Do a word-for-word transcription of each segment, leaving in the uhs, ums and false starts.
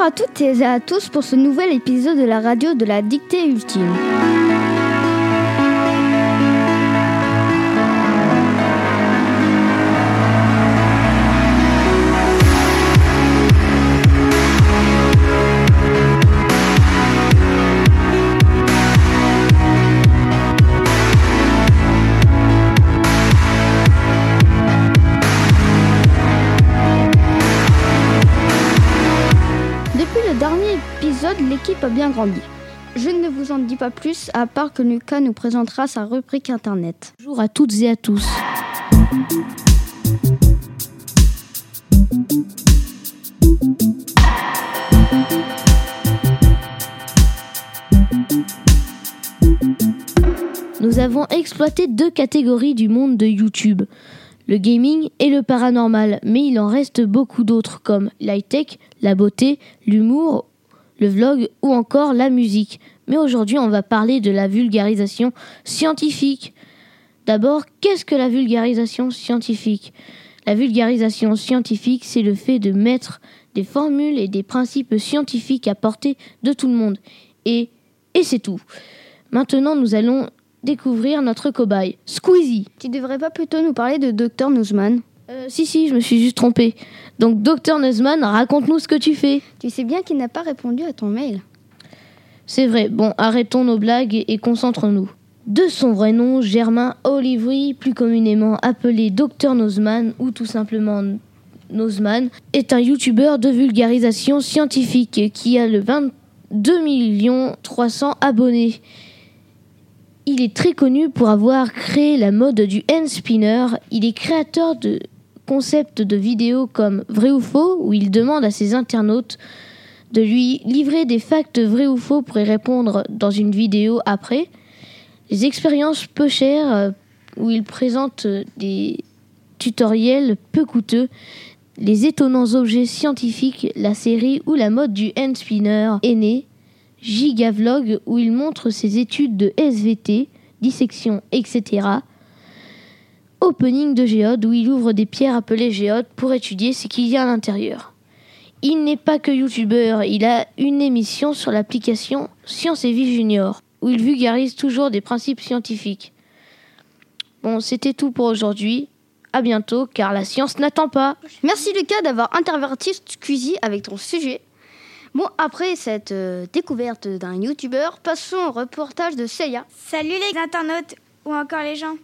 à toutes et à tous pour ce nouvel épisode de la radio de la dictée ultime. L'équipe a bien grandi. Je ne vous en dis pas plus, à part que Lucas nous présentera sa rubrique internet. Bonjour à toutes et à tous. Nous avons exploité deux catégories du monde de YouTube, le gaming et le paranormal, mais il en reste beaucoup d'autres comme l'high-tech, la beauté, l'humour, le vlog ou encore la musique. Mais aujourd'hui, on va parler de la vulgarisation scientifique. D'abord, qu'est-ce que la vulgarisation scientifique ? La vulgarisation scientifique, c'est le fait de mettre des formules et des principes scientifiques à portée de tout le monde. Et, et c'est tout. Maintenant, nous allons découvrir notre cobaye, Squeezie. Tu devrais pas plutôt nous parler de docteur Nuzman ? Euh, si, si, je me suis juste trompée. Donc, docteur Nuzman, raconte-nous ce que tu fais. Tu sais bien qu'il n'a pas répondu à ton mail. C'est vrai. Bon, arrêtons nos blagues et, et concentrons-nous. De son vrai nom, Germain Olivry, plus communément appelé docteur Nuzman ou tout simplement Nuzman, est un youtubeur de vulgarisation scientifique qui a le vingt-deux millions trois cents abonnés. Il est très connu pour avoir créé la mode du hand spinner. Il est créateur de concepts de vidéos comme Vrai ou Faux, où il demande à ses internautes de lui livrer des facts vrais ou faux pour y répondre dans une vidéo après. Les expériences peu chères, où il présente des tutoriels peu coûteux. Les étonnants objets scientifiques, la série ou la mode du hand spinner est née. Gigavlog, où il montre ses études de S V T, dissection, et cetera. Opening de géodes, où il ouvre des pierres appelées géodes pour étudier ce qu'il y a à l'intérieur. Il n'est pas que youtubeur, il a une émission sur l'application Science et Vie Junior, où il vulgarise toujours des principes scientifiques. Bon, c'était tout pour aujourd'hui. À bientôt, car la science n'attend pas. Merci Lucas d'avoir interverti Squeezie avec ton sujet. Bon, après cette euh, découverte d'un youtubeur, passons au reportage de Seiya. Salut les internautes, ou encore les gens.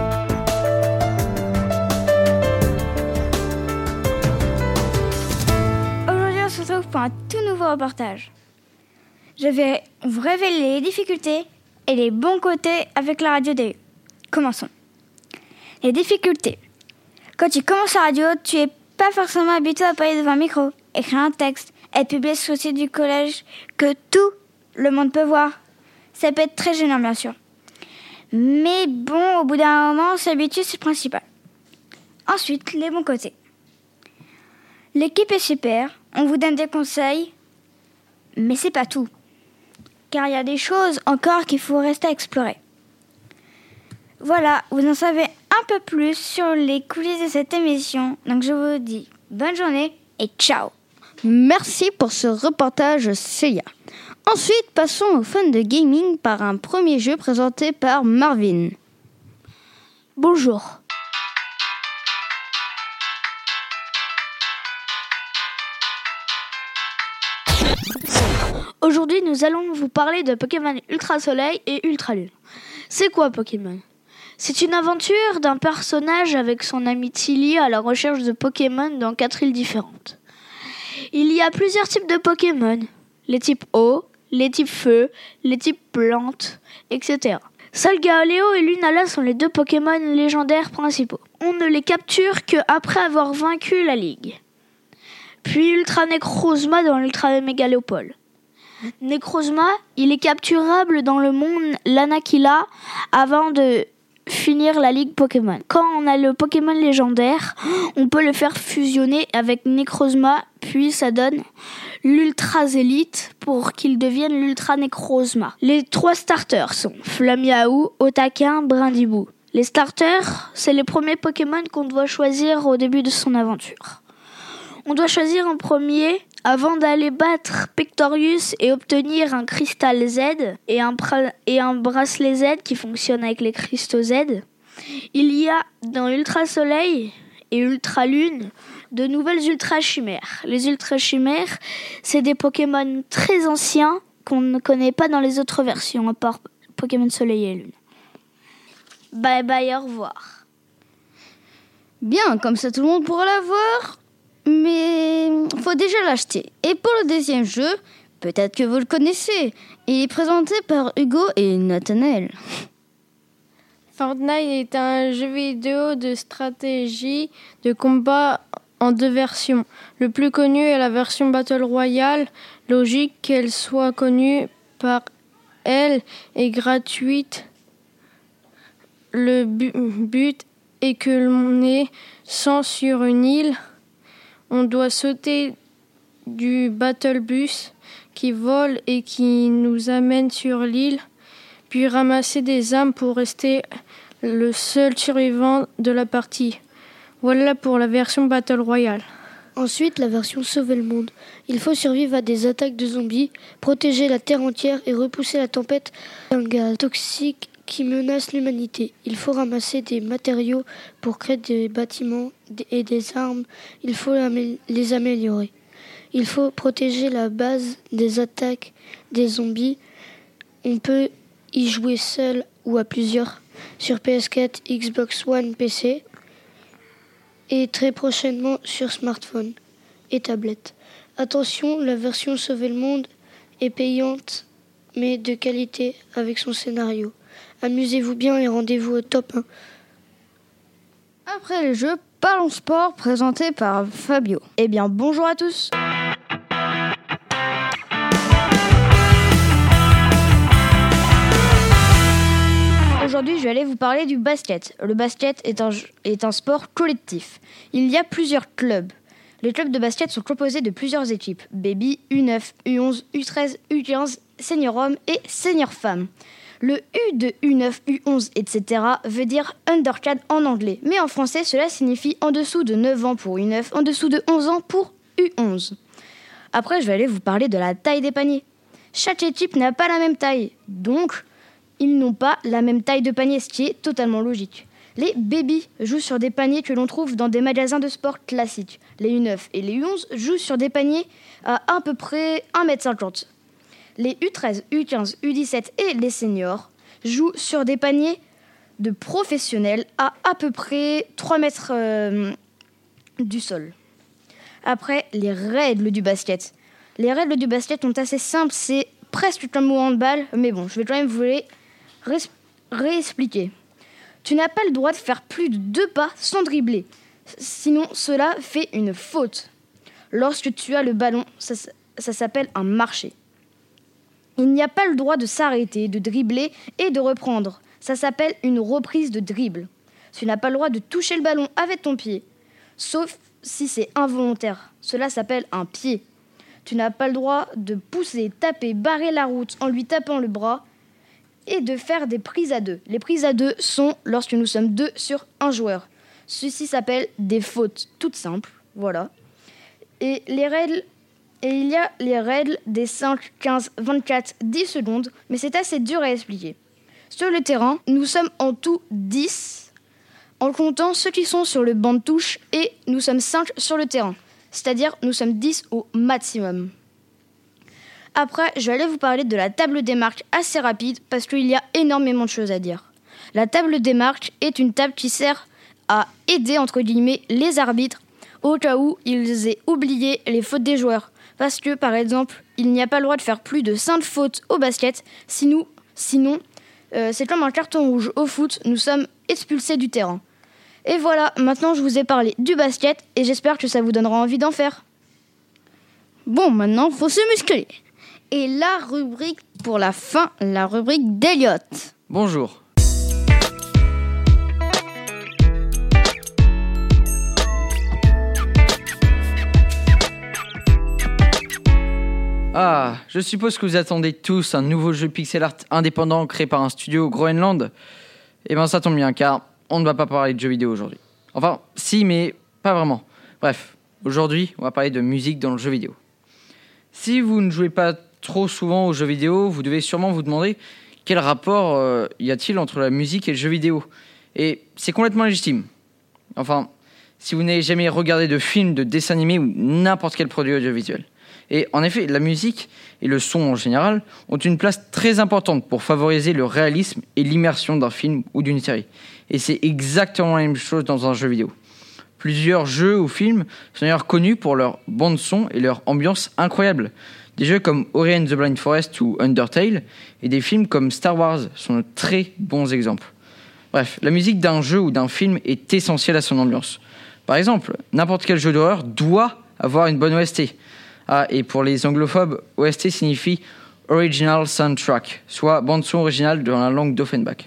Aujourd'hui, on se retrouve pour un tout nouveau reportage. Je vais vous révéler les difficultés et les bons côtés avec la radio D U. Commençons. Les difficultés. Quand tu commences la radio, tu n'es pas forcément habitué à parler devant un micro, écrire un texte, être publié sur le site du collège que tout le monde peut voir. Ça peut être très gênant, bien sûr. Mais bon, au bout d'un moment, on s'habitue, c'est le principal. Ensuite, les bons côtés. L'équipe est super, on vous donne des conseils, mais c'est pas tout. Car il y a des choses encore qu'il faut rester à explorer. Voilà, vous en savez un peu plus sur les coulisses de cette émission. Donc je vous dis bonne journée et ciao. Merci pour ce reportage Seiya. Ensuite, passons aux fans de gaming par un premier jeu présenté par Marvin. Bonjour. Aujourd'hui, nous allons vous parler de Pokémon Ultra Soleil et Ultra Lune. C'est quoi Pokémon ? C'est une aventure d'un personnage avec son ami Tilly à la recherche de Pokémon dans quatre îles différentes. Il y a plusieurs types de Pokémon, les types eau, les types feu, les types plantes, et cetera. Solgaleo et Lunala sont les deux Pokémon légendaires principaux. On ne les capture qu'après avoir vaincu la Ligue. Puis Ultra Necrozma dans l'Ultra Mégalopole. Necrozma, il est capturable dans le monde Lanakila avant de finir la Ligue Pokémon. Quand on a le Pokémon légendaire, on peut le faire fusionner avec Necrozma, puis ça donne l'Ultra Zélite pour qu'il devienne l'Ultra Necrozma. Les trois starters sont Flamiaou, Otaquin, Brindibou. Les starters, c'est les premiers Pokémon qu'on doit choisir au début de son aventure. On doit choisir un premier avant d'aller battre Pictorius et obtenir un cristal Z et un, pra- et un bracelet Z qui fonctionne avec les cristaux Z. Il y a dans Ultra Soleil et Ultra Lune de nouvelles Ultra Chimères. Les Ultra Chimères, c'est des Pokémon très anciens qu'on ne connaît pas dans les autres versions, à part Pokémon Soleil et Lune. Bye bye, au revoir. Bien, comme ça tout le monde pourra l'avoir, mais faut déjà l'acheter. Et pour le deuxième jeu, peut-être que vous le connaissez, il est présenté par Hugo et Nathanaël. Fortnite est un jeu vidéo de stratégie de combat en deux versions. Le plus connu est la version Battle Royale. Logique qu'elle soit connue par elle et gratuite. Le bu- but est que l'on est cent sur une île. On doit sauter du Battle Bus qui vole et qui nous amène sur l'île, puis ramasser des âmes pour rester le seul survivant de la partie. Voilà pour la version Battle Royale. Ensuite, la version Sauver le monde. Il faut survivre à des attaques de zombies, protéger la terre entière et repousser la tempête d'un gaz toxique qui menace l'humanité. Il faut ramasser des matériaux pour créer des bâtiments et des armes. Il faut les améliorer. Il faut protéger la base des attaques des zombies. On peut y jouer seul ou à plusieurs sur P S quatre, Xbox One, P C et très prochainement sur smartphone et tablette. Attention, la version Sauver le monde est payante mais de qualité avec son scénario. Amusez-vous bien et rendez-vous au top un. Après les jeux, parlons sport présenté par Fabio. Eh bien, bonjour à tous. Aujourd'hui, je vais aller vous parler du basket. Le basket est un, est un sport collectif. Il y a plusieurs clubs. Les clubs de basket sont composés de plusieurs équipes. Baby, U neuf, U onze, U treize, U quinze, Senior Homme et Senior Femme. Le U de U neuf, U onze, et cetera veut dire undercad en anglais. Mais en français, cela signifie en dessous de neuf ans pour U neuf, en dessous de onze ans pour U onze. Après, je vais aller vous parler de la taille des paniers. Chaque équipe n'a pas la même taille. Donc, ils n'ont pas la même taille de panier, ce qui est totalement logique. Les baby jouent sur des paniers que l'on trouve dans des magasins de sport classiques. Les U neuf et les U onze jouent sur des paniers à à peu près un mètre cinquante. Les U treize, U quinze, U dix-sept et les seniors jouent sur des paniers de professionnels à à peu près trois mètres euh, du sol. Après, les règles du basket. Les règles du basket sont assez simples, c'est presque comme au handball, mais bon, je vais quand même vous les ré- réexpliquer. Tu n'as pas le droit de faire plus de deux pas sans dribbler, sinon cela fait une faute. Lorsque tu as le ballon, ça, ça s'appelle un marché. Il n'y a pas le droit de s'arrêter, de dribbler et de reprendre. Ça s'appelle une reprise de dribble. Tu n'as pas le droit de toucher le ballon avec ton pied, sauf si c'est involontaire. Cela s'appelle un pied. Tu n'as pas le droit de pousser, taper, barrer la route en lui tapant le bras et de faire des prises à deux. Les prises à deux sont lorsque nous sommes deux sur un joueur. Ceci s'appelle des fautes toutes simples, voilà. Et les règles, et il y a les règles des cinq, quinze, vingt-quatre, dix secondes, mais c'est assez dur à expliquer. Sur le terrain, nous sommes en tout dix, en comptant ceux qui sont sur le banc de touche, et nous sommes cinq sur le terrain. C'est-à-dire, nous sommes dix au maximum. Après, je vais aller vous parler de la table des marques assez rapide, parce qu'il y a énormément de choses à dire. La table des marques est une table qui sert à aider, entre guillemets, les arbitres, au cas où ils aient oublié les fautes des joueurs. Parce que, par exemple, il n'y a pas le droit de faire plus de cinq fautes au basket, sinon, sinon euh, c'est comme un carton rouge au foot, nous sommes expulsés du terrain. Et voilà, maintenant je vous ai parlé du basket et j'espère que ça vous donnera envie d'en faire. Bon, maintenant, faut se muscler. Et la rubrique pour la fin, la rubrique d'Eliott. Bonjour. Ah, je suppose que vous attendez tous un nouveau jeu pixel art indépendant créé par un studio au Groenland. Eh ben ça tombe bien car on ne va pas parler de jeux vidéo aujourd'hui. Enfin, si, mais pas vraiment. Bref, Aujourd'hui, on va parler de musique dans le jeu vidéo. Si vous ne jouez pas trop souvent aux jeux vidéo, vous devez sûrement vous demander quel rapport euh, y a-t-il entre la musique et le jeu vidéo. Et c'est complètement légitime. Enfin, si vous n'avez jamais regardé de film, de dessin animé ou n'importe quel produit audiovisuel. Et en effet, la musique et le son en général ont une place très importante pour favoriser le réalisme et l'immersion d'un film ou d'une série. Et c'est exactement la même chose dans un jeu vidéo. Plusieurs jeux ou films sont d'ailleurs connus pour leur bande-son et leur ambiance incroyable. Des jeux comme Ori and the Blind Forest ou Undertale et des films comme Star Wars sont de très bons exemples. Bref, la musique d'un jeu ou d'un film est essentielle à son ambiance. Par exemple, n'importe quel jeu d'horreur doit avoir une bonne O S T. Ah, et pour les anglophobes, O S T signifie Original Soundtrack, soit bande-son originale dans la langue d'Offenbach.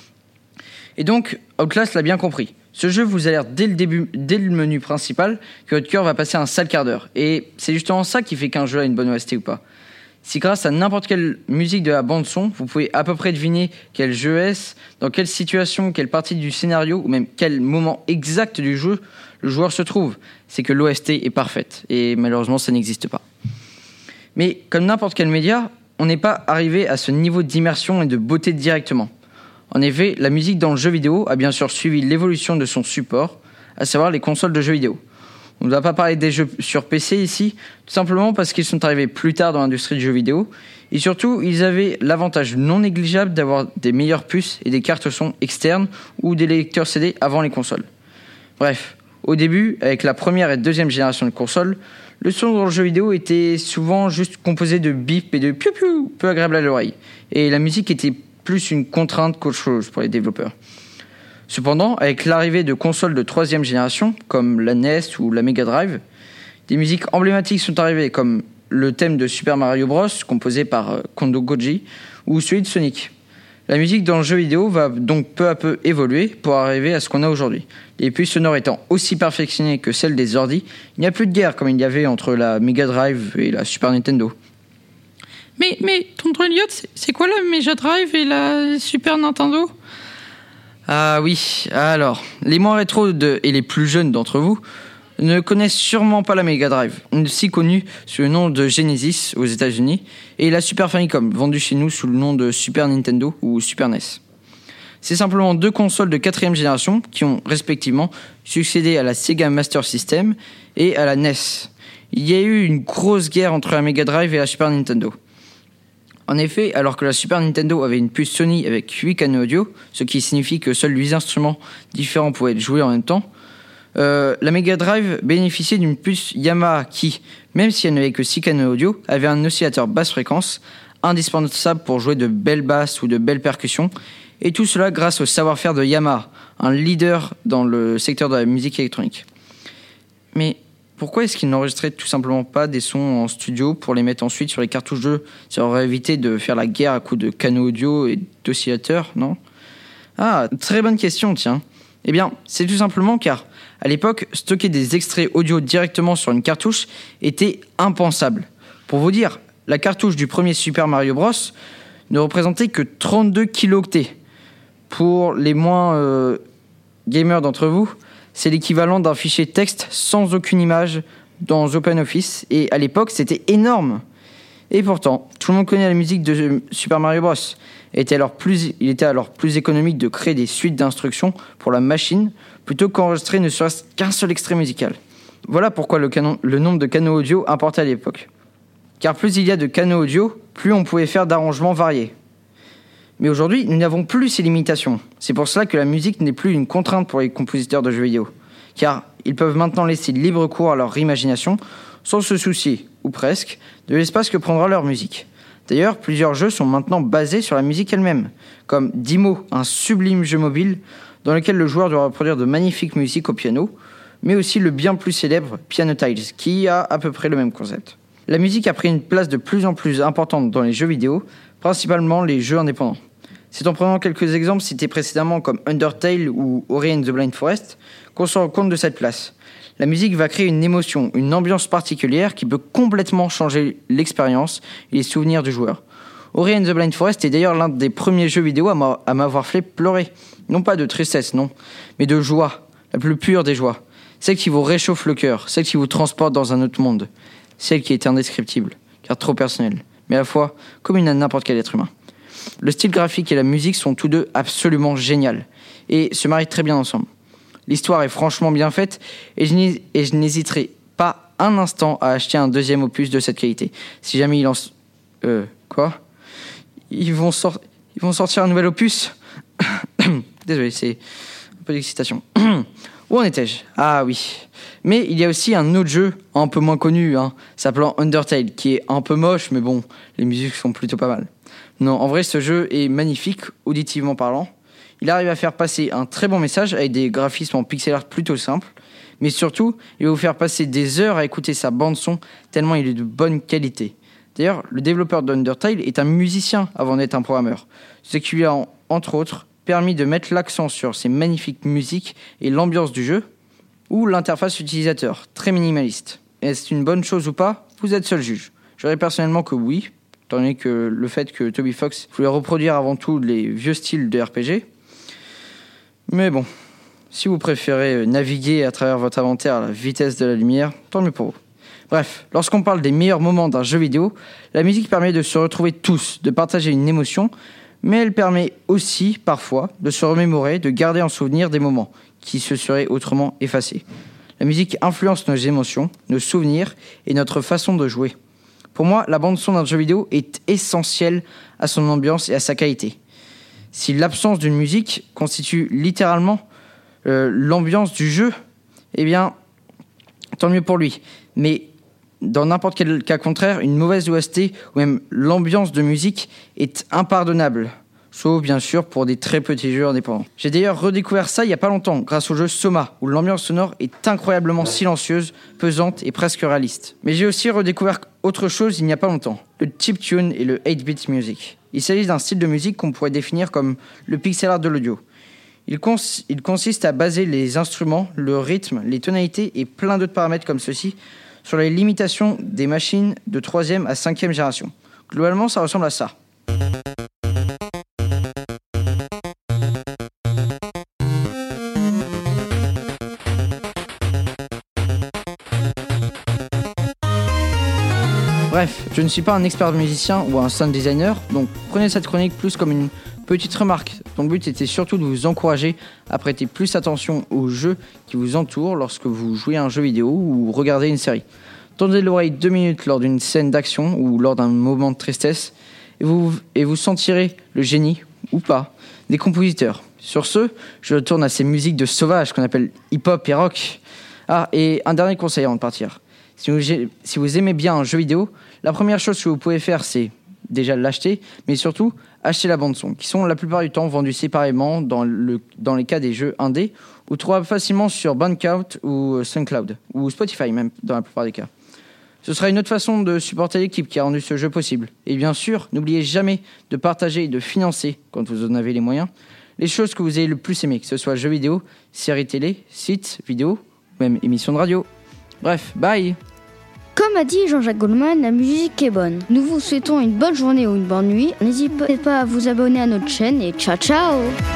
Et donc, Outlast l'a bien compris. Ce jeu vous alerte dès le début, dès le menu principal, que votre cœur va passer un sale quart d'heure. Et c'est justement ça qui fait qu'un jeu a une bonne O S T ou pas. Si grâce à n'importe quelle musique de la bande-son, vous pouvez à peu près deviner quel jeu est-ce, dans quelle situation, quelle partie du scénario, ou même quel moment exact du jeu le joueur se trouve, c'est que l'O S T est parfaite. Et malheureusement, ça n'existe pas. Mais comme n'importe quel média, on n'est pas arrivé à ce niveau d'immersion et de beauté directement. En effet, la musique dans le jeu vidéo a bien sûr suivi l'évolution de son support, à savoir les consoles de jeux vidéo. On ne va pas parler des jeux sur P C ici, tout simplement parce qu'ils sont arrivés plus tard dans l'industrie du jeu vidéo, et surtout, ils avaient l'avantage non négligeable d'avoir des meilleures puces et des cartes son externes ou des lecteurs C D avant les consoles. Bref, au début, avec la première et deuxième génération de consoles, le son dans le jeu vidéo était souvent juste composé de bip et de piou-piou, peu agréable à l'oreille, et la musique était plus une contrainte qu'autre chose pour les développeurs. Cependant, avec l'arrivée de consoles de troisième génération, comme la N E S ou la Mega Drive, des musiques emblématiques sont arrivées, comme le thème de Super Mario Bros, composé par Kondo Koji, ou celui de Sonic. La musique dans le jeu vidéo va donc peu à peu évoluer pour arriver à ce qu'on a aujourd'hui. Les puces sonores étant aussi perfectionnées que celles des ordi, il n'y a plus de guerre comme il y avait entre la Mega Drive et la Super Nintendo. Mais, mais tonton Elliot, c'est, c'est quoi la Mega Drive et la Super Nintendo ? Ah oui, alors, les moins rétros de, et les plus jeunes d'entre vous ne connaissent sûrement pas la Mega Drive, aussi connue sous le nom de Genesis aux États-Unis, et la Super Famicom, vendue chez nous sous le nom de Super Nintendo ou Super N E S. C'est simplement deux consoles de quatrième génération qui ont respectivement succédé à la Sega Master System et à la N E S. Il y a eu une grosse guerre entre la Mega Drive et la Super Nintendo. En effet, alors que la Super Nintendo avait une puce Sony avec huit canaux audio, ce qui signifie que seuls huit instruments différents pouvaient être joués en même temps, euh, la Mega Drive bénéficiait d'une puce Yamaha qui, même si elle n'avait que six canaux audio, avait un oscillateur basse fréquence, indispensable pour jouer de belles basses ou de belles percussions, et tout cela grâce au savoir-faire de Yamaha, un leader dans le secteur de la musique électronique. Mais pourquoi est-ce qu'ils n'enregistraient tout simplement pas des sons en studio pour les mettre ensuite sur les cartouches de jeu ? Ça aurait évité de faire la guerre à coups de canaux audio et d'oscillateurs, non ? Ah, très bonne question, tiens. Eh bien, c'est tout simplement car, à l'époque, stocker des extraits audio directement sur une cartouche était impensable. Pour vous dire, la cartouche du premier Super Mario Bros ne représentait que trente-deux kilooctets. Pour les moins euh, gamers d'entre vous, c'est l'équivalent d'un fichier texte sans aucune image dans OpenOffice. Et à l'époque, c'était énorme. Et pourtant, tout le monde connaît la musique de Super Mario Bros. Il était alors plus, il était alors plus économique de créer des suites d'instructions pour la machine plutôt qu'enregistrer ne serait-ce qu'un seul extrait musical. Voilà pourquoi le, canon, le nombre de canaux audio importait à l'époque. Car plus il y a de canaux audio, plus on pouvait faire d'arrangements variés. Mais aujourd'hui, nous n'avons plus ces limitations. C'est pour cela que la musique n'est plus une contrainte pour les compositeurs de jeux vidéo. Car ils peuvent maintenant laisser libre cours à leur imagination sans se soucier, ou presque, de l'espace que prendra leur musique. D'ailleurs, plusieurs jeux sont maintenant basés sur la musique elle-même, comme Dimo, un sublime jeu mobile dans lequel le joueur doit reproduire de magnifiques musiques au piano, mais aussi le bien plus célèbre Piano Tiles, qui a à peu près le même concept. La musique a pris une place de plus en plus importante dans les jeux vidéo, principalement les jeux indépendants. C'est en prenant quelques exemples cités précédemment comme Undertale ou Ori and the Blind Forest qu'on se rend compte de cette place. La musique va créer une émotion, une ambiance particulière qui peut complètement changer l'expérience et les souvenirs du joueur. Ori and the Blind Forest est d'ailleurs l'un des premiers jeux vidéo à, m'a, à m'avoir fait pleurer. Non pas de tristesse, non, mais de joie, la plus pure des joies. celle qui vous réchauffe le cœur, celle qui vous transporte dans un autre monde, celle qui est indescriptible, car trop personnelle, mais à la fois commune à n'importe quel être humain. Le style graphique et la musique sont tous deux absolument géniaux et se marient très bien ensemble. L'histoire est franchement bien faite et je, et je n'hésiterai pas un instant à acheter un deuxième opus de cette qualité. Si jamais ils en... Euh... Quoi ils vont, sor... ils vont sortir un nouvel opus. Désolé, c'est un peu d'excitation. Où en étais-je ? Ah oui. Mais il y a aussi un autre jeu un peu moins connu, hein, s'appelant Undertale, qui est un peu moche, mais bon, les musiques sont plutôt pas mal. Non, en vrai, ce jeu est magnifique, auditivement parlant. Il arrive à faire passer un très bon message avec des graphismes en pixel art plutôt simples, mais surtout, il va vous faire passer des heures à écouter sa bande-son tellement il est de bonne qualité. D'ailleurs, le développeur d'Undertale est un musicien avant d'être un programmeur, ce qui lui a, entre autres, permis de mettre l'accent sur ses magnifiques musiques et l'ambiance du jeu, ou l'interface utilisateur, très minimaliste. Est-ce une bonne chose ou pas ? Vous êtes seul juge. Je dirais personnellement que oui, étant donné que le fait que Toby Fox voulait reproduire avant tout les vieux styles de R P G. Mais bon, si vous préférez naviguer à travers votre inventaire à la vitesse de la lumière, tant mieux pour vous. Bref, lorsqu'on parle des meilleurs moments d'un jeu vidéo, la musique permet de se retrouver tous, de partager une émotion, mais elle permet aussi, parfois, de se remémorer, de garder en souvenir des moments qui se seraient autrement effacés. La musique influence nos émotions, nos souvenirs et notre façon de jouer. Pour moi, la bande-son d'un jeu vidéo est essentielle à son ambiance et à sa qualité. Si l'absence d'une musique constitue littéralement euh, l'ambiance du jeu, eh bien, tant mieux pour lui. Mais dans n'importe quel cas contraire, une mauvaise O S T ou même l'ambiance de musique est impardonnable. Sauf bien sûr pour des très petits jeux indépendants. J'ai d'ailleurs redécouvert ça il n'y a pas longtemps grâce au jeu Soma, où l'ambiance sonore est incroyablement silencieuse, pesante et presque réaliste. Mais j'ai aussi redécouvert autre chose il n'y a pas longtemps, le chiptune et le eight-bit music. Il s'agit d'un style de musique qu'on pourrait définir comme le pixel art de l'audio. Il, cons- il consiste à baser les instruments, le rythme, les tonalités et plein d'autres paramètres comme ceci sur les limitations des machines de troisième à cinquième génération. Globalement, ça ressemble à ça. Bref, je ne suis pas un expert musicien ou un sound designer, donc prenez cette chronique plus comme une petite remarque. Mon but était surtout de vous encourager à prêter plus attention aux jeux qui vous entourent lorsque vous jouez à un jeu vidéo ou regardez une série. Tendez l'oreille deux minutes lors d'une scène d'action ou lors d'un moment de tristesse et vous, et vous sentirez le génie, ou pas, des compositeurs. Sur ce, je retourne à ces musiques de sauvage qu'on appelle hip-hop et rock. Ah, et un dernier conseil avant de partir. Si vous, si vous aimez bien un jeu vidéo, la première chose que vous pouvez faire, c'est déjà l'acheter, mais surtout acheter la bande-son, qui sont la plupart du temps vendus séparément dans, le, dans les cas des jeux indés, ou trouvables facilement sur Bandcamp ou SoundCloud, ou Spotify même, dans la plupart des cas. Ce sera une autre façon de supporter l'équipe qui a rendu ce jeu possible. Et bien sûr, n'oubliez jamais de partager et de financer, quand vous en avez les moyens, les choses que vous avez le plus aimées, que ce soit jeux vidéo, séries télé, sites, vidéos, ou même émissions de radio. Bref, bye. Comme a dit Jean-Jacques Goldman, la musique est bonne. Nous vous souhaitons une bonne journée ou une bonne nuit. N'hésitez pas à vous abonner à notre chaîne et ciao ciao.